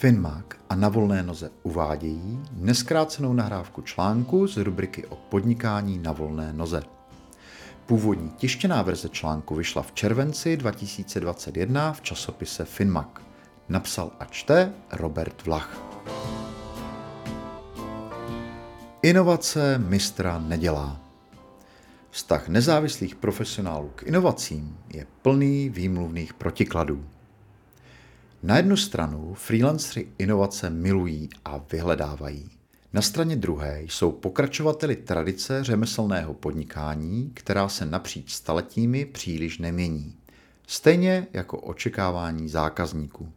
Finmag a Na volné noze uvádějí nezkrácenou nahrávku článku z rubriky o podnikání na volné noze. Původní tištěná verze článku vyšla v červenci 2021 v časopise Finmag. Napsal a čte Robert Vlach. Inovace mistra nedělá. Vztah nezávislých profesionálů k inovacím je plný výmluvných protikladů. Na jednu stranu freelanceri inovace milují a vyhledávají. Na straně druhé jsou pokračovateli tradice řemeslného podnikání, která se napříč staletími příliš nemění. Stejně jako očekávání zákazníků.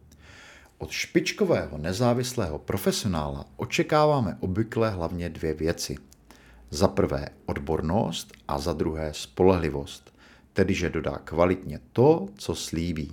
Od špičkového nezávislého profesionála očekáváme obvykle hlavně dvě věci. Za prvé odbornost a za druhé spolehlivost, tedy že dodá kvalitně to, co slíbí.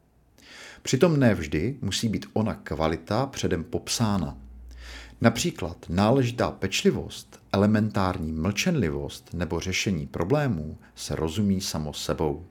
Přitom ne vždy musí být ona kvalita předem popsána. Například náležitá pečlivost, elementární mlčenlivost nebo řešení problémů se rozumí samo sebou.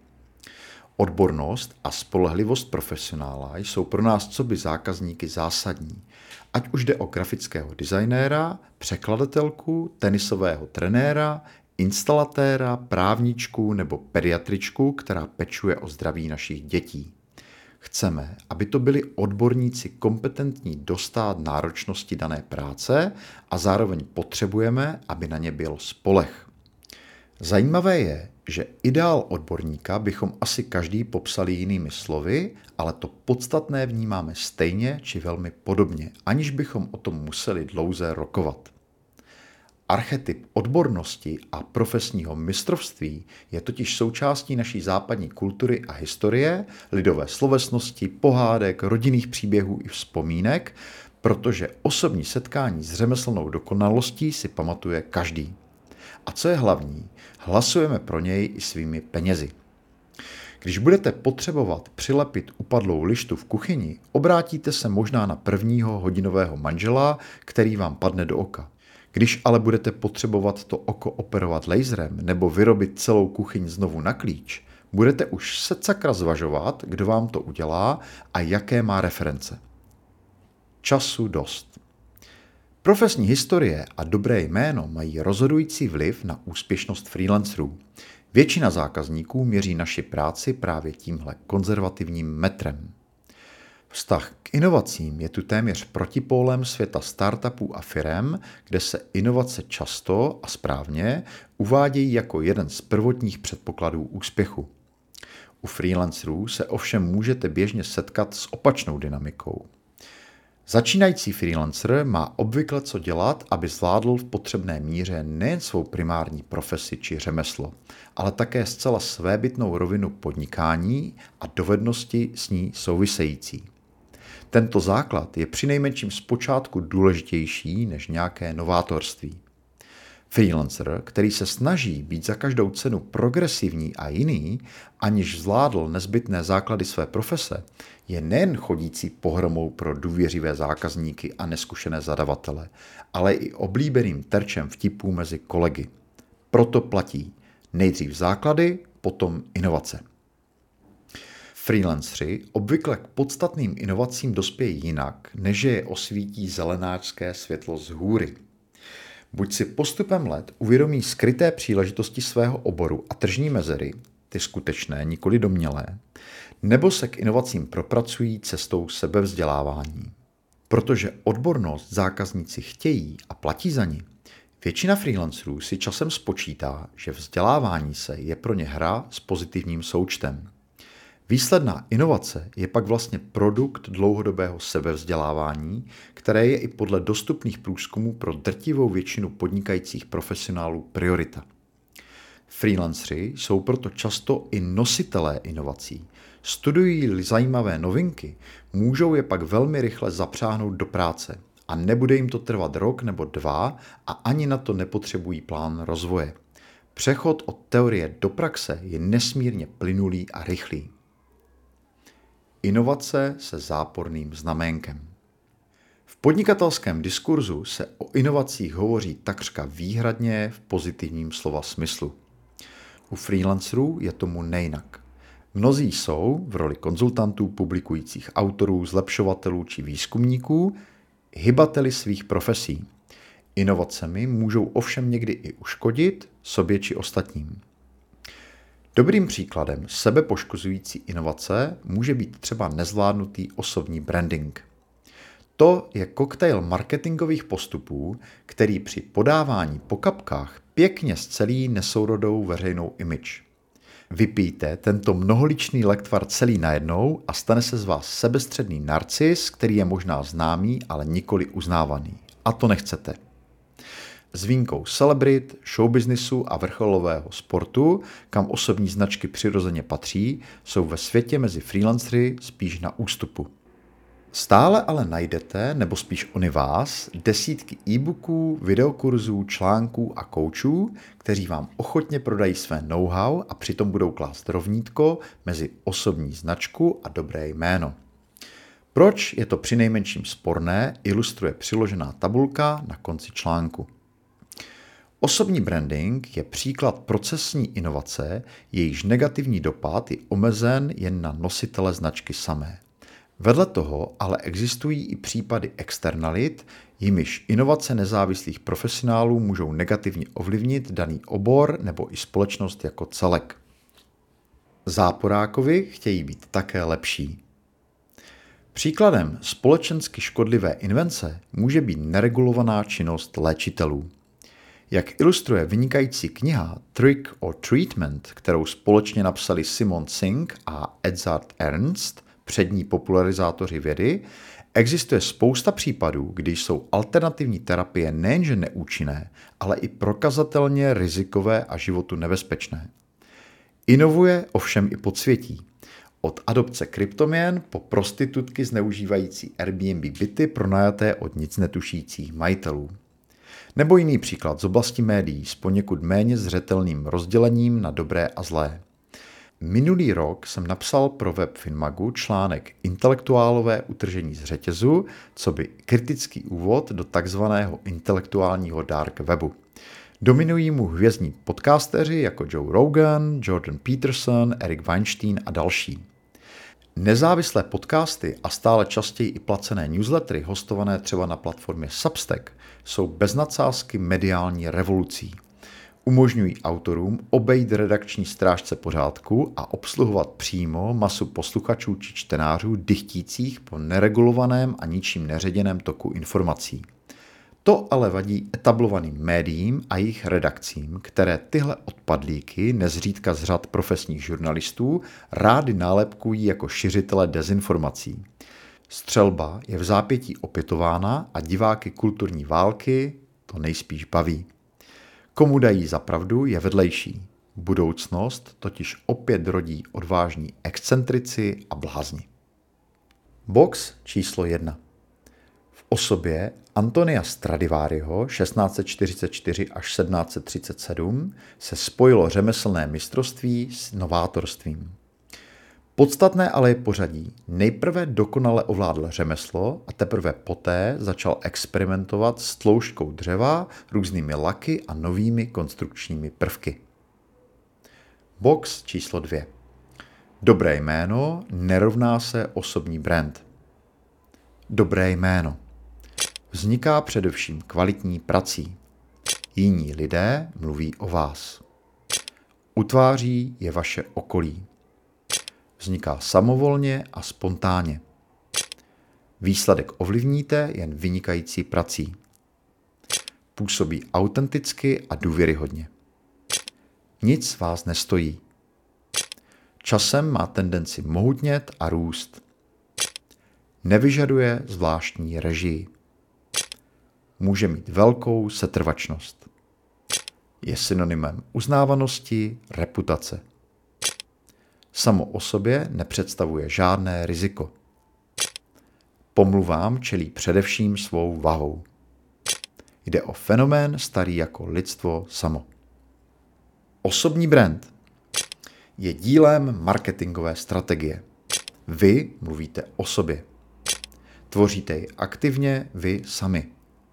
Odbornost a spolehlivost profesionála jsou pro nás coby zákazníky zásadní, ať už jde o grafického designéra, překladatelku, tenisového trenéra, instalatéra, právničku nebo pediatričku, která pečuje o zdraví našich dětí. Chceme, aby to byli odborníci kompetentní dostát náročnosti dané práce a zároveň potřebujeme, aby na ně byl spoleh. Zajímavé je, že ideál odborníka bychom asi každý popsali jinými slovy, ale to podstatné vnímáme stejně či velmi podobně, aniž bychom o tom museli dlouze rokovat. Archetyp odbornosti a profesního mistrovství je totiž součástí naší západní kultury a historie, lidové slovesnosti, pohádek, rodinných příběhů i vzpomínek, protože osobní setkání s řemeslnou dokonalostí si pamatuje každý. A co je hlavní, hlasujeme pro něj i svými penězi. Když budete potřebovat přilepit upadlou lištu v kuchyni, obrátíte se možná na prvního hodinového manžela, který vám padne do oka. Když ale budete potřebovat to oko operovat laserem nebo vyrobit celou kuchyň znovu na klíč, budete už secakra zvažovat, kdo vám to udělá a jaké má reference. Času dost. Profesní historie a dobré jméno mají rozhodující vliv na úspěšnost freelancerů. Většina zákazníků měří naši práci právě tímhle konzervativním metrem. Vztah k inovacím je tu téměř protipólem světa startupů a firem, kde se inovace často a správně uvádějí jako jeden z prvotních předpokladů úspěchu. U freelancerů se ovšem můžete běžně setkat s opačnou dynamikou. Začínající freelancer má obvykle co dělat, aby zvládl v potřebné míře nejen svou primární profesi či řemeslo, ale také zcela svébytnou rovinu podnikání a dovednosti s ní související. Tento základ je přinejmenším zpočátku důležitější než nějaké novátorství. Freelancer, který se snaží být za každou cenu progresivní a jiný, aniž zvládl nezbytné základy své profese, je nejen chodící pohromou pro důvěřivé zákazníky a neskušené zadavatele, ale i oblíbeným terčem vtipů mezi kolegy. Proto platí nejdřív základy, potom inovace. Freelanceri obvykle k podstatným inovacím dospějí jinak, než je osvítí zelenáčské světlo z hůry. Buď si postupem let uvědomí skryté příležitosti svého oboru a tržní mezery, ty skutečné, nikoli domnělé, nebo se k inovacím propracují cestou sebevzdělávání. Protože odbornost zákazníci chtějí a platí za ní, většina freelancerů si časem spočítá, že vzdělávání se je pro ně hra s pozitivním součtem. Výsledná inovace je pak vlastně produkt dlouhodobého sebevzdělávání, které je i podle dostupných průzkumů pro drtivou většinu podnikajících profesionálů priorita. Freelanceri jsou proto často i nositelé inovací. Studují zajímavé novinky, můžou je pak velmi rychle zapřáhnout do práce a nebude jim to trvat rok nebo dva a ani na to nepotřebují plán rozvoje. Přechod od teorie do praxe je nesmírně plynulý a rychlý. Inovace se záporným znaménkem. V podnikatelském diskurzu se o inovacích hovoří takřka výhradně v pozitivním slova smyslu. U freelancerů je tomu nejinak. Mnozí jsou v roli konzultantů, publikujících autorů, zlepšovatelů či výzkumníků hybateli svých profesí. Inovacemi můžou ovšem někdy i uškodit sobě či ostatním. Dobrým příkladem sebepoškozující inovace může být třeba nezvládnutý osobní branding. To je koktejl marketingových postupů, který při podávání po kapkách pěkně scelí nesourodou veřejnou image. Vypijte tento mnoholičný lektvar celý najednou a stane se z vás sebestředný narcis, který je možná známý, ale nikoli uznávaný. A to nechcete. S výjimkou celebrit, showbiznisu a vrcholového sportu, kam osobní značky přirozeně patří, jsou ve světě mezi freelancery spíš na ústupu. Stále ale najdete, nebo spíš oni vás, desítky e-booků, videokurzů, článků a koučů, kteří vám ochotně prodají své know-how a přitom budou klást rovnítko mezi osobní značku a dobré jméno. Proč je to přinejmenším sporné, ilustruje přiložená tabulka na konci článku. Osobní branding je příklad procesní inovace, jejíž negativní dopad je omezen jen na nositele značky samé. Vedle toho ale existují i případy externalit, jimiž inovace nezávislých profesionálů můžou negativně ovlivnit daný obor nebo i společnost jako celek. Záporákovi chtějí být také lepší. Příkladem společensky škodlivé invence může být neregulovaná činnost léčitelů. Jak ilustruje vynikající kniha Trick or Treatment, kterou společně napsali Simon Singh a Edzard Ernst, přední popularizátoři vědy, existuje spousta případů, kdy jsou alternativní terapie nejenže neúčinné, ale i prokazatelně rizikové a životu nebezpečné. Inovuje ovšem i podsvětí. Od adopce kryptoměn po prostitutky zneužívající Airbnb byty pronajaté od nic netušících majitelů. Nebo jiný příklad z oblasti médií s poněkud méně zřetelným rozdělením na dobré a zlé. Minulý rok jsem napsal pro web Finmagu článek Intelektuálové utržení z řetězu, co by kritický úvod do takzvaného intelektuálního dark webu. Dominují mu hvězdní podcasteři jako Joe Rogan, Jordan Peterson, Eric Weinstein a další. Nezávislé podcasty a stále častěji i placené newslettery hostované třeba na platformě Substack jsou bez nadsázky mediální revolucí. Umožňují autorům obejít redakční strážce pořádku a obsluhovat přímo masu posluchačů či čtenářů dychtících po neregulovaném a ničím neředěném toku informací. To ale vadí etablovaným médiím a jejich redakcím, které tyhle odpadlíky, nezřídka z řad profesních žurnalistů, rády nálepkují jako šiřitele dezinformací. Střelba je v zápětí opětována a diváky kulturní války to nejspíš baví. Komu dají za pravdu, je vedlejší. Budoucnost totiž opět rodí odvážní excentrici a blázni. Box číslo 1. V osobě Antonia Stradivariho 1644 až 1737 se spojilo řemeslné mistrovství s novátorstvím. Podstatné ale je pořadí. Nejprve dokonale ovládl řemeslo a teprve poté začal experimentovat s tloušťkou dřeva, různými laky a novými konstrukčními prvky. Box číslo 2. Dobré jméno nerovná se osobní brand. Dobré jméno vzniká především kvalitní prací. Jiní lidé mluví o vás. Utváří je vaše okolí. Vzniká samovolně a spontánně. Výsledek ovlivníte jen vynikající prací. Působí autenticky a důvěryhodně. Nic vás nestojí. Časem má tendenci mohutnět a růst. Nevyžaduje zvláštní režii. Může mít velkou setrvačnost. Je synonymem uznávanosti, reputace. Samo o sobě nepředstavuje žádné riziko. Pomluvám čelí především svou vahou. Jde o fenomén starý jako lidstvo samo. Osobní brand je dílem marketingové strategie. Vy mluvíte o sobě. Tvoříte ji aktivně vy sami.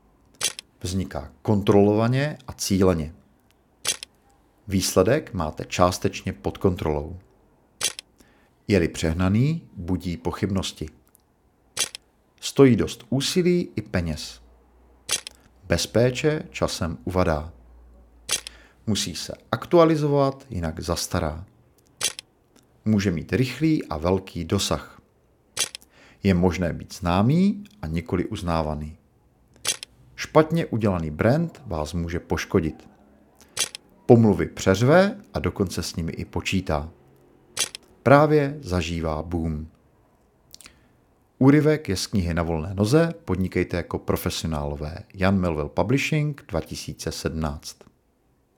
Vzniká kontrolovaně a cíleně. Výsledek máte částečně pod kontrolou. Je-li přehnaný, budí pochybnosti. Stojí dost úsilí i peněz. Bez péče časem uvadá. Musí se aktualizovat, jinak zastará. Může mít rychlý a velký dosah. Je možné být známý a nikoli uznávaný. Špatně udělaný brand vás může poškodit. Pomluvy přeřve a dokonce s nimi i počítá. Právě zažívá boom. Úryvek je z knihy Na volné noze, podnikejte jako profesionálové. Jan Melville Publishing 2017.